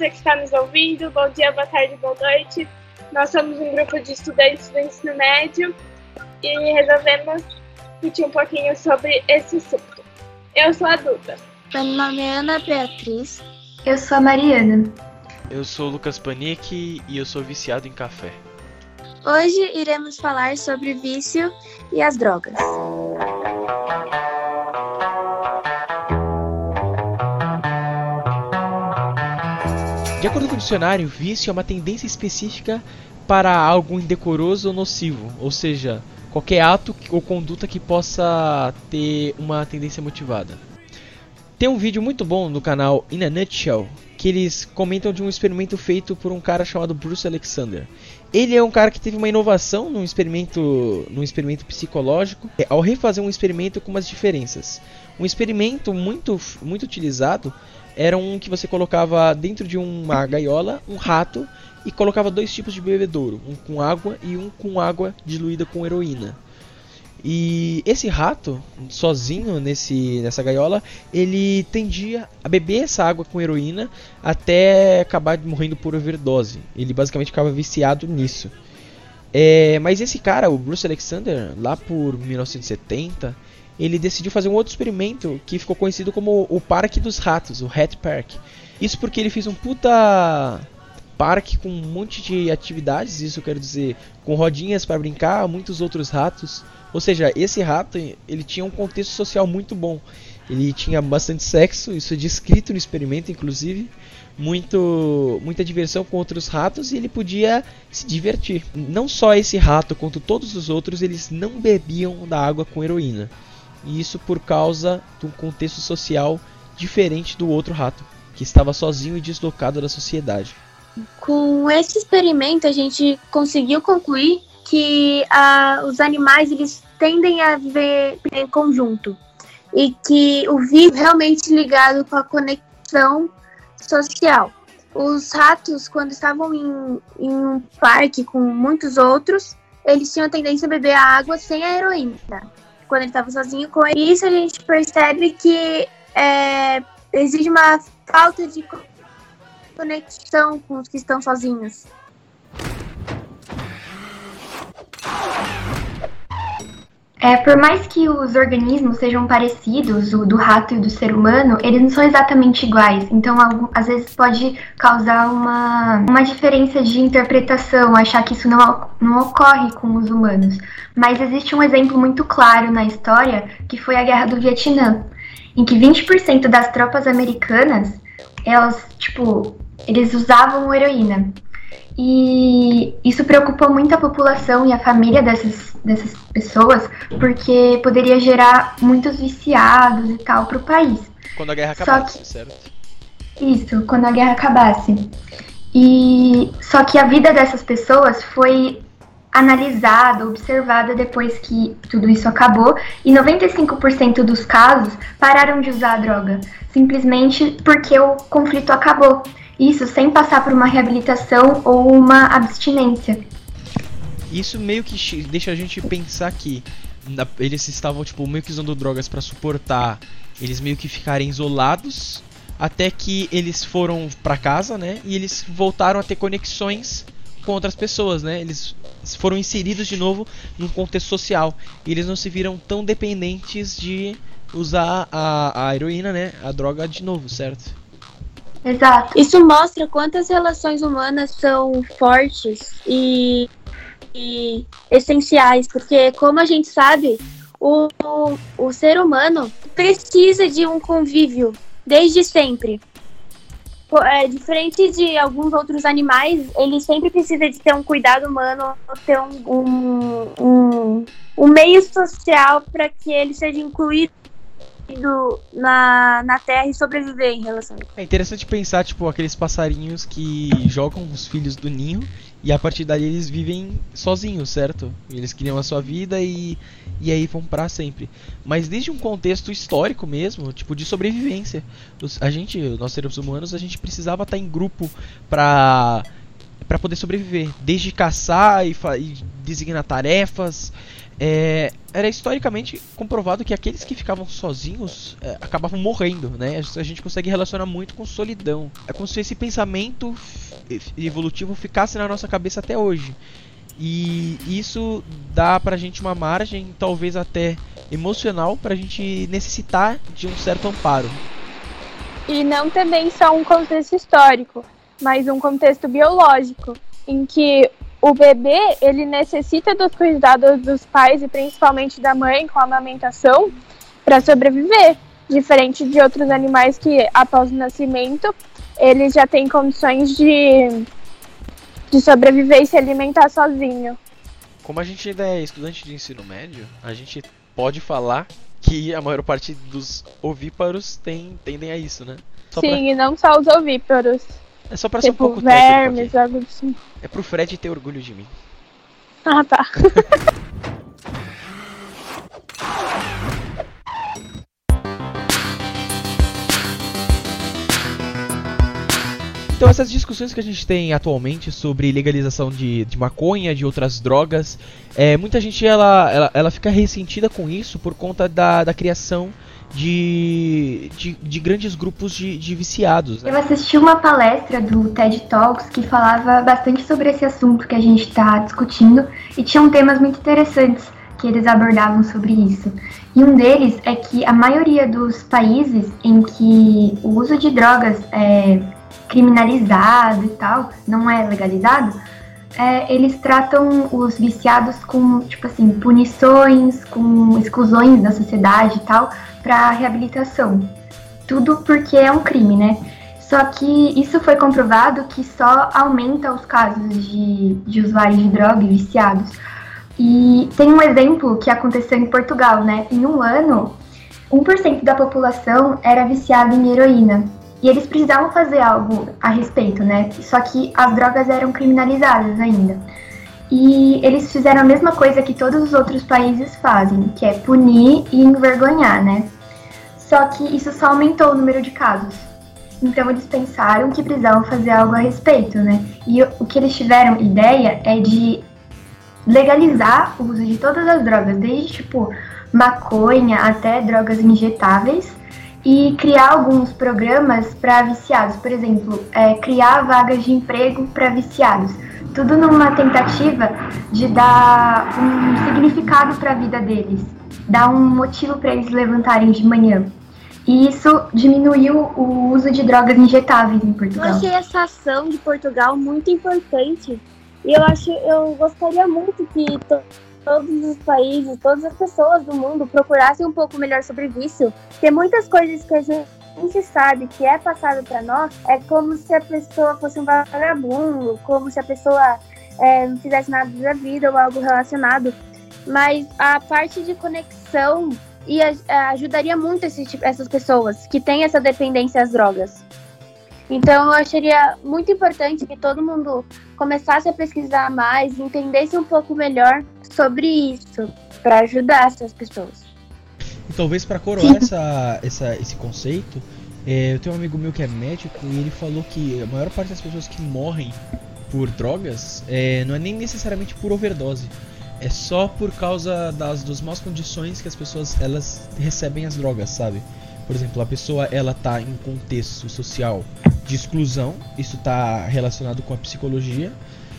você que está nos ouvindo. Bom dia, boa tarde, boa noite. Nós somos um grupo de estudantes do ensino médio e resolvemos discutir um pouquinho sobre esse assunto. Eu sou a Duda. Meu nome é Ana Beatriz. Eu sou a Mariana. Eu sou o Lucas Panic e eu sou viciado em café. Hoje iremos falar sobre vício e as drogas. De acordo com o dicionário, vício é uma tendência específica para algo indecoroso ou nocivo, ou seja, qualquer ato ou conduta que possa ter uma tendência motivada. Tem um vídeo muito bom no canal In a Nutshell, que eles comentam de um experimento feito por um cara chamado Bruce Alexander. Ele é um cara que teve uma inovação num experimento psicológico, ao refazer um experimento com umas diferenças. Um experimento muito utilizado era um que você colocava dentro de uma gaiola um rato e colocava dois tipos de bebedouro, um com água e um com água diluída com heroína. E esse rato, sozinho nessa gaiola, ele tendia a beber essa água com heroína até acabar morrendo por overdose. Ele basicamente ficava viciado nisso. Mas esse cara, o Bruce Alexander, lá por 1970, ele decidiu fazer um outro experimento que ficou conhecido como o Parque dos Ratos, o Rat Park. Isso porque ele fez um puta parque com um monte de atividades, isso quero dizer, com rodinhas para brincar, muitos outros ratos. Ou seja, esse rato, ele tinha um contexto social muito bom. Ele tinha bastante sexo, isso é descrito no experimento, inclusive. Muita diversão com outros ratos e ele podia se divertir. Não só esse rato, quanto todos os outros, eles não bebiam da água com heroína. E isso por causa de um contexto social diferente do outro rato, que estava sozinho e deslocado da sociedade. Com esse experimento, a gente conseguiu concluir que os animais eles tendem a viver em conjunto e que o vício é realmente ligado com a conexão social. Os ratos, quando estavam em um parque com muitos outros, eles tinham a tendência a beber a água sem a heroína. Quando ele estava sozinho com isso, a gente percebe que existe uma falta de conexão com os que estão sozinhos. Por mais que os organismos sejam parecidos, o do rato e o do ser humano, eles não são exatamente iguais. Então, às vezes pode causar uma diferença de interpretação, achar que isso não ocorre com os humanos. Mas existe um exemplo muito claro na história, que foi a Guerra do Vietnã, em que 20% das tropas americanas, eles usavam heroína. E isso preocupou muito a população e a família dessas pessoas, porque poderia gerar muitos viciados e tal para o país. Quando a guerra acabasse, certo? Isso, quando a guerra acabasse. Só que a vida dessas pessoas foi analisada, observada depois que tudo isso acabou, e 95% dos casos pararam de usar a droga, simplesmente porque o conflito acabou. Isso sem passar por uma reabilitação ou uma abstinência. Isso meio que deixa a gente pensar que eles estavam meio que usando drogas para suportar eles meio que ficarem isolados, até que eles foram para casa, né? E eles voltaram a ter conexões com outras pessoas, né? Eles foram inseridos de novo num contexto social. E eles não se viram tão dependentes de usar a heroína, né? A droga de novo, certo? Exato. Isso mostra quantas relações humanas são fortes e essenciais, porque como a gente sabe, o ser humano precisa de um convívio desde sempre. Diferente de alguns outros animais, ele sempre precisa de ter um cuidado humano, ter um meio social para que ele seja incluído na Terra e sobreviver em relação. É interessante pensar, aqueles passarinhos que jogam os filhos do ninho e a partir dali eles vivem sozinhos, certo? Eles criam a sua vida e aí vão pra sempre. Mas desde um contexto histórico mesmo, de sobrevivência. Nós seres humanos, a gente precisava estar em grupo pra poder sobreviver. Desde caçar e designar tarefas, era historicamente comprovado que aqueles que ficavam sozinhos acabavam morrendo, né? A gente consegue relacionar muito com solidão. É como se esse pensamento evolutivo ficasse na nossa cabeça até hoje. E isso dá pra gente uma margem, talvez até emocional, pra gente necessitar de um certo amparo. E não também só um contexto histórico, mas um contexto biológico, em que o bebê, ele necessita dos cuidados dos pais e principalmente da mãe com a amamentação para sobreviver, diferente de outros animais que após o nascimento eles já têm condições de sobreviver e se alimentar sozinho. Como a gente ainda é estudante de ensino médio, a gente pode falar que a maior parte dos ovíparos tendem a isso, né? E não só os ovíparos. É só pra ser um pouco vermes, algo assim. É pro Fred ter orgulho de mim. Ah, tá. Então essas discussões que a gente tem atualmente sobre legalização de maconha, de outras drogas, muita gente ela fica ressentida com isso por conta da criação de grandes grupos de viciados, né? Eu assisti uma palestra do TED Talks que falava bastante sobre esse assunto que a gente está discutindo e tinham temas muito interessantes que eles abordavam sobre isso. E um deles é que a maioria dos países em que o uso de drogas é criminalizado e tal, não é legalizado, eles tratam os viciados com, tipo assim, punições, com exclusões da sociedade e tal, para reabilitação. Tudo porque é um crime, né? Só que isso foi comprovado que só aumenta os casos de usuários de droga e viciados. E tem um exemplo que aconteceu em Portugal, né? Em um ano, 1% da população era viciada em heroína. E eles precisavam fazer algo a respeito, né? Só que as drogas eram criminalizadas ainda. E eles fizeram a mesma coisa que todos os outros países fazem, que é punir e envergonhar, né? Só que isso só aumentou o número de casos. Então eles pensaram que precisavam fazer algo a respeito, né? E o que eles tiveram ideia é de legalizar o uso de todas as drogas, desde tipo maconha até drogas injetáveis, e criar alguns programas para viciados, por exemplo, criar vagas de emprego para viciados, tudo numa tentativa de dar um significado para a vida deles, dar um motivo para eles levantarem de manhã. E isso diminuiu o uso de drogas injetáveis em Portugal. Eu achei essa ação de Portugal muito importante e eu gostaria muito que todos os países, todas as pessoas do mundo procurassem um pouco melhor sobre vício, porque muitas coisas que a gente sabe que é passado para nós é como se a pessoa fosse um vagabundo, como se a pessoa não fizesse nada da vida ou algo relacionado, mas a parte de conexão ajudaria muito essas pessoas que têm essa dependência às drogas. Então eu acharia muito importante que todo mundo começasse a pesquisar mais, entendesse um pouco melhor sobre isso, para ajudar essas pessoas. E talvez para coroar esse conceito, eu tenho um amigo meu que é médico e ele falou que a maior parte das pessoas que morrem por drogas não é nem necessariamente por overdose, é só por causa das más condições que as pessoas elas recebem as drogas, sabe? Por exemplo, a pessoa ela tá em um contexto social de exclusão, isso está relacionado com a psicologia,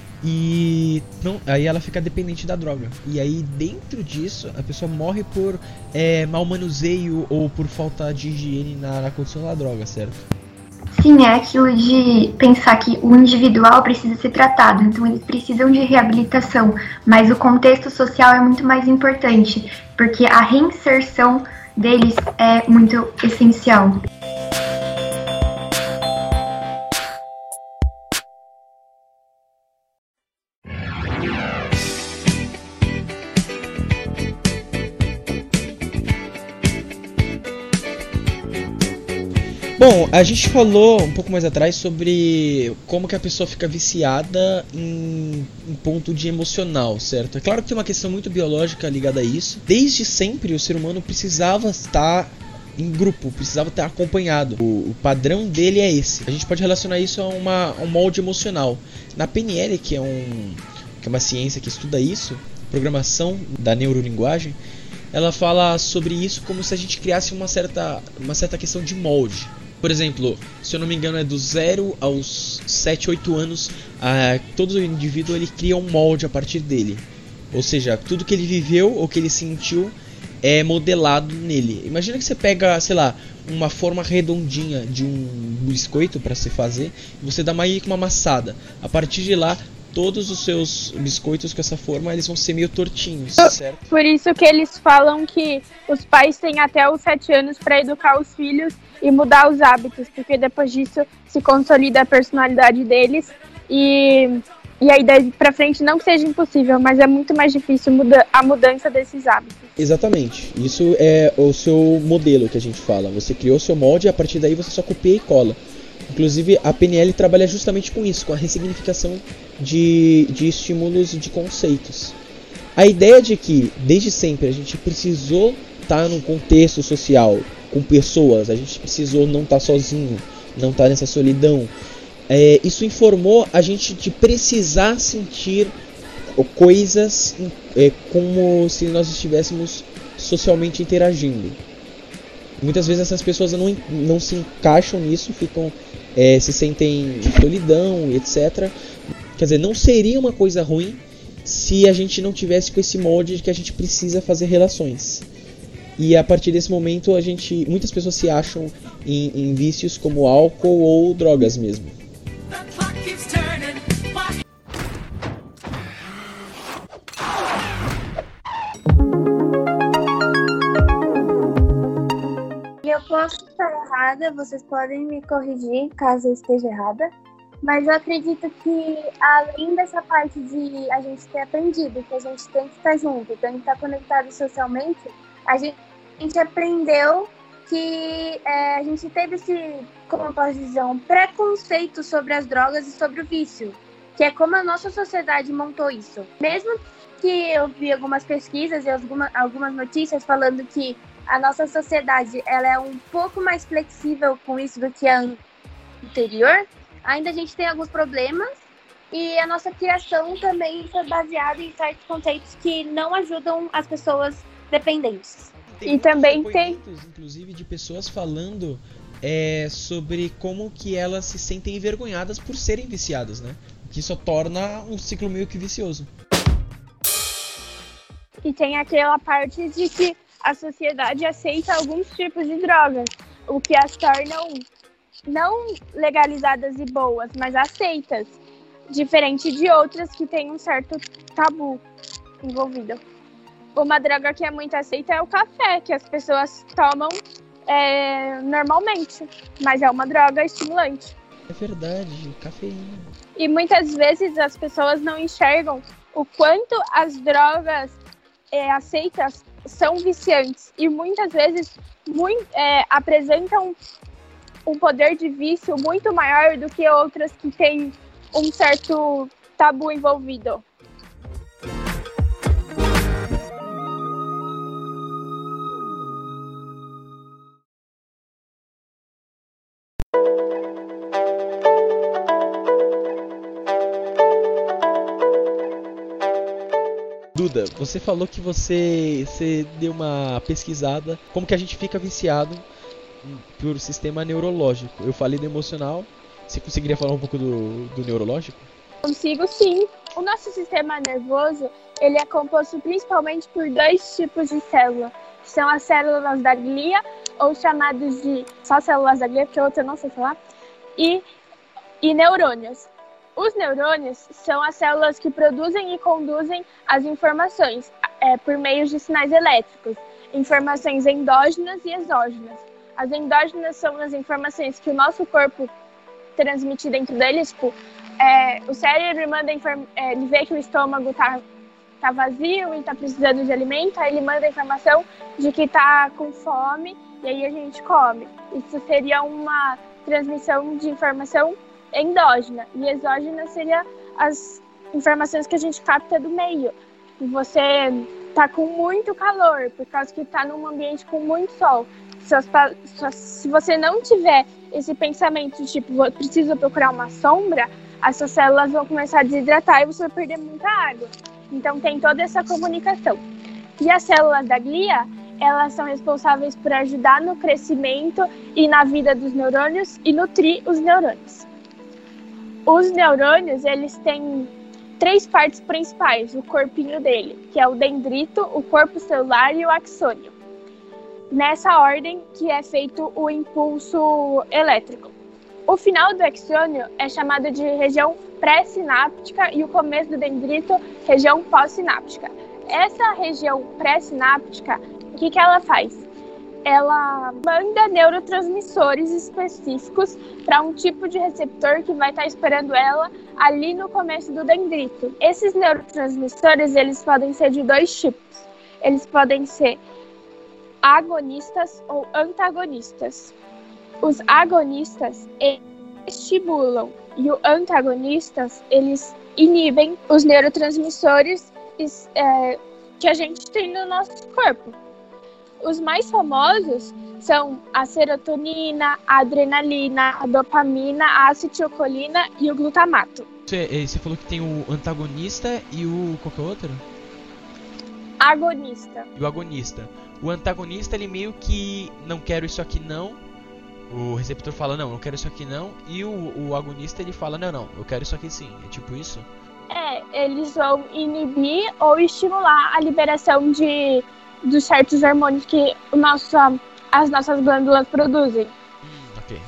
e aí ela fica dependente da droga. E aí dentro disso a pessoa morre por mau manuseio ou por falta de higiene na condição da droga, certo? Sim, é aquilo de pensar que o individual precisa ser tratado, então eles precisam de reabilitação, mas o contexto social é muito mais importante, porque a reinserção deles é muito essencial. Bom, a gente falou um pouco mais atrás sobre como que a pessoa fica viciada em ponto de emocional, certo? É claro que tem uma questão muito biológica ligada a isso. Desde sempre o ser humano precisava estar em grupo, precisava estar acompanhado. O padrão dele é esse. A gente pode relacionar isso a um molde emocional. Na PNL, que é uma ciência que estuda isso, programação da neurolinguagem, ela fala sobre isso como se a gente criasse uma certa questão de molde. Por exemplo, se eu não me engano é do 0 aos 7, 8 anos, todo indivíduo ele cria um molde a partir dele. Ou seja, tudo que ele viveu ou que ele sentiu é modelado nele. Imagina que você pega, sei lá, uma forma redondinha de um biscoito para se fazer, e você dá meio que uma amassada. A partir de lá, todos os seus biscoitos com essa forma, eles vão ser meio tortinhos, certo? Por isso que eles falam que os pais têm até os 7 anos para educar os filhos e mudar os hábitos, porque depois disso se consolida a personalidade deles e aí daí pra frente não que seja impossível, mas é muito mais difícil a mudança desses hábitos. Exatamente, isso é o seu modelo que a gente fala. Você criou o seu molde e a partir daí você só copia e cola. Inclusive a PNL trabalha justamente com isso, com a ressignificação de estímulos e de conceitos. A ideia de que desde sempre a gente precisou estar num contexto social, com pessoas, a gente precisou não estar sozinho, não estar nessa solidão. Isso informou a gente de precisar sentir coisas como se nós estivéssemos socialmente interagindo. Muitas vezes essas pessoas não se encaixam nisso, se sentem em solidão, etc. Quer dizer, não seria uma coisa ruim se a gente não tivesse com esse molde de que a gente precisa fazer relações. E a partir desse momento, muitas pessoas se acham em vícios como álcool ou drogas mesmo. Eu posso estar errada, vocês podem me corrigir caso eu esteja errada, mas eu acredito que além dessa parte de a gente ter aprendido que a gente tem que estar junto, tem que estar conectado socialmente, a gente aprendeu que a gente teve como eu posso dizer, um preconceito sobre as drogas e sobre o vício, que é como a nossa sociedade montou isso. Mesmo que eu vi algumas pesquisas e algumas notícias falando que a nossa sociedade ela é um pouco mais flexível com isso do que a anterior, ainda a gente tem alguns problemas e a nossa criação também foi baseada em certos conceitos que não ajudam as pessoas dependentes. E também tem, inclusive, de pessoas falando sobre como que elas se sentem envergonhadas por serem viciadas, né? O que só torna um ciclo meio que vicioso. E tem aquela parte de que a sociedade aceita alguns tipos de drogas, o que as tornam não legalizadas e boas, mas aceitas, diferente de outras que têm um certo tabu envolvido. Uma droga que é muito aceita é o café, que as pessoas tomam normalmente, mas é uma droga estimulante. É verdade, cafeína. E muitas vezes as pessoas não enxergam o quanto as drogas aceitas são viciantes e muitas vezes apresentam um poder de vício muito maior do que outras que têm um certo tabu envolvido. Duda, você falou que você deu uma pesquisada como que a gente fica viciado por sistema neurológico. Eu falei do emocional. Você conseguiria falar um pouco do neurológico? Consigo, sim. O nosso sistema nervoso ele é composto principalmente por 2 tipos de célula. São as células da glia, ou chamadas de só células da glia, porque a outra eu não sei falar, e neurônios. Os neurônios são as células que produzem e conduzem as informações por meio de sinais elétricos, informações endógenas e exógenas. As endógenas são as informações que o nosso corpo transmite dentro dele, tipo, o cérebro manda ele vê que o estômago tá vazio e tá precisando de alimento, aí ele manda a informação de que tá com fome e aí a gente come. Isso seria uma transmissão de informação endógena, e exógena seria as informações que a gente capta do meio. E você tá com muito calor, por causa que tá num ambiente com muito sol. Se você não tiver esse pensamento de tipo, preciso procurar uma sombra, as suas células vão começar a desidratar e você vai perder muita água. Então tem toda essa comunicação. E as células da glia, elas são responsáveis por ajudar no crescimento e na vida dos neurônios e nutrir os neurônios. Os neurônios, eles têm 3 partes principais, o corpinho dele, que é o dendrito, o corpo celular e o axônio. Nessa ordem que é feito o impulso elétrico. O final do axônio é chamado de região pré-sináptica e o começo do dendrito, região pós-sináptica. Essa região pré-sináptica, o que ela faz? Ela manda neurotransmissores específicos para um tipo de receptor que vai estar esperando ela ali no começo do dendrito. Esses neurotransmissores, eles podem ser de 2 tipos. Eles podem ser agonistas ou antagonistas. Os agonistas estimulam e os antagonistas, eles inibem os neurotransmissores que a gente tem no nosso corpo. Os mais famosos são a serotonina, a adrenalina, a dopamina, a acetilcolina e o glutamato. Você falou que tem o antagonista e o... qual que é o outro? Agonista. E o agonista. O antagonista, ele meio que não quero isso aqui não. O receptor fala não, não quero isso aqui não. E o agonista, ele fala não, eu quero isso aqui sim. É tipo isso? Eles vão inibir ou estimular a liberação de certos hormônios que as nossas glândulas produzem. Ok.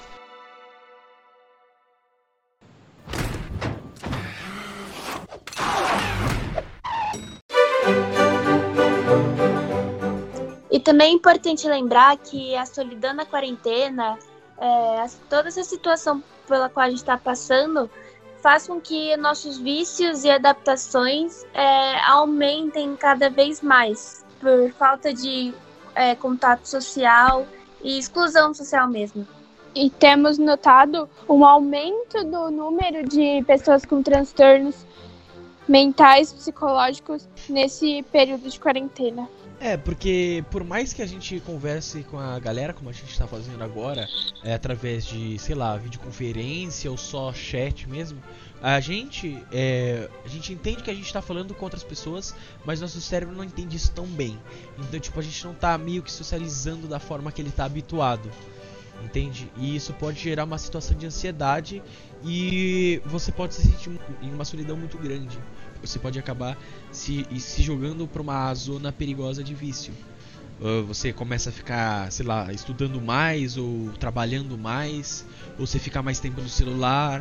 E também é importante lembrar que a solidão na quarentena, toda essa situação pela qual a gente está passando, faz com que nossos vícios e adaptações aumentem cada vez mais, por falta de contato social e exclusão social mesmo. E temos notado um aumento do número de pessoas com transtornos mentais, psicológicos, nesse período de quarentena. Porque por mais que a gente converse com a galera, como a gente está fazendo agora, através de, sei lá, videoconferência ou só chat mesmo, a gente entende que a gente está falando com outras pessoas, mas nosso cérebro não entende isso tão bem. Então, tipo, a gente não está meio que socializando da forma que ele está habituado, entende? E isso pode gerar uma situação de ansiedade e você pode se sentir em uma solidão muito grande. Você pode acabar se jogando para uma zona perigosa de vício. Você começa a ficar, sei lá, estudando mais ou trabalhando mais, ou você fica mais tempo no celular.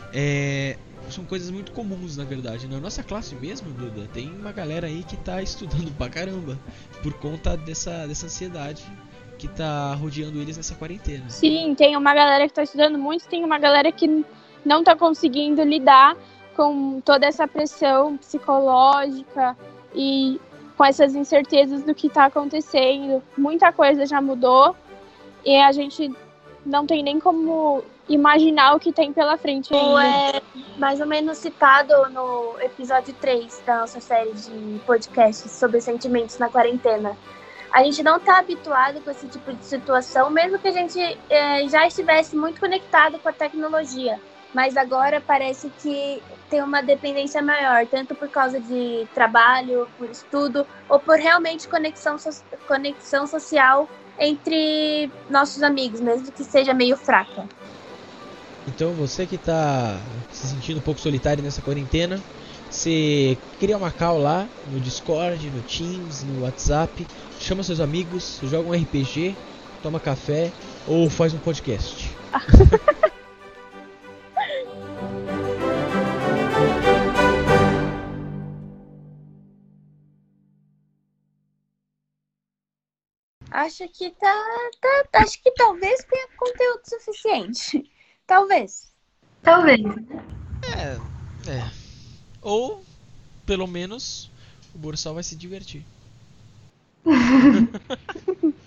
São coisas muito comuns, na verdade. Na nossa classe mesmo, Duda, tem uma galera aí que tá estudando pra caramba por conta dessa ansiedade que tá rodeando eles nessa quarentena. Sim, tem uma galera que tá estudando muito, tem uma galera que não tá conseguindo lidar com toda essa pressão psicológica e com essas incertezas do que está acontecendo. Muita coisa já mudou e a gente não tem nem como imaginar o que tem pela frente ainda. É mais ou menos citado no episódio 3 da nossa série de podcasts sobre sentimentos na quarentena. A gente não está habituado com esse tipo de situação, mesmo que a gente já estivesse muito conectado com a tecnologia. Mas agora parece que tem uma dependência maior, tanto por causa de trabalho, por estudo, ou por realmente conexão social entre nossos amigos, mesmo que seja meio fraca. Então você que está se sentindo um pouco solitário nessa quarentena, você cria uma call lá no Discord, no Teams, no WhatsApp, chama seus amigos, joga um RPG, toma café ou faz um podcast. Acho que acho que talvez tenha conteúdo suficiente. Talvez. Ou, pelo menos, o Borsal vai se divertir.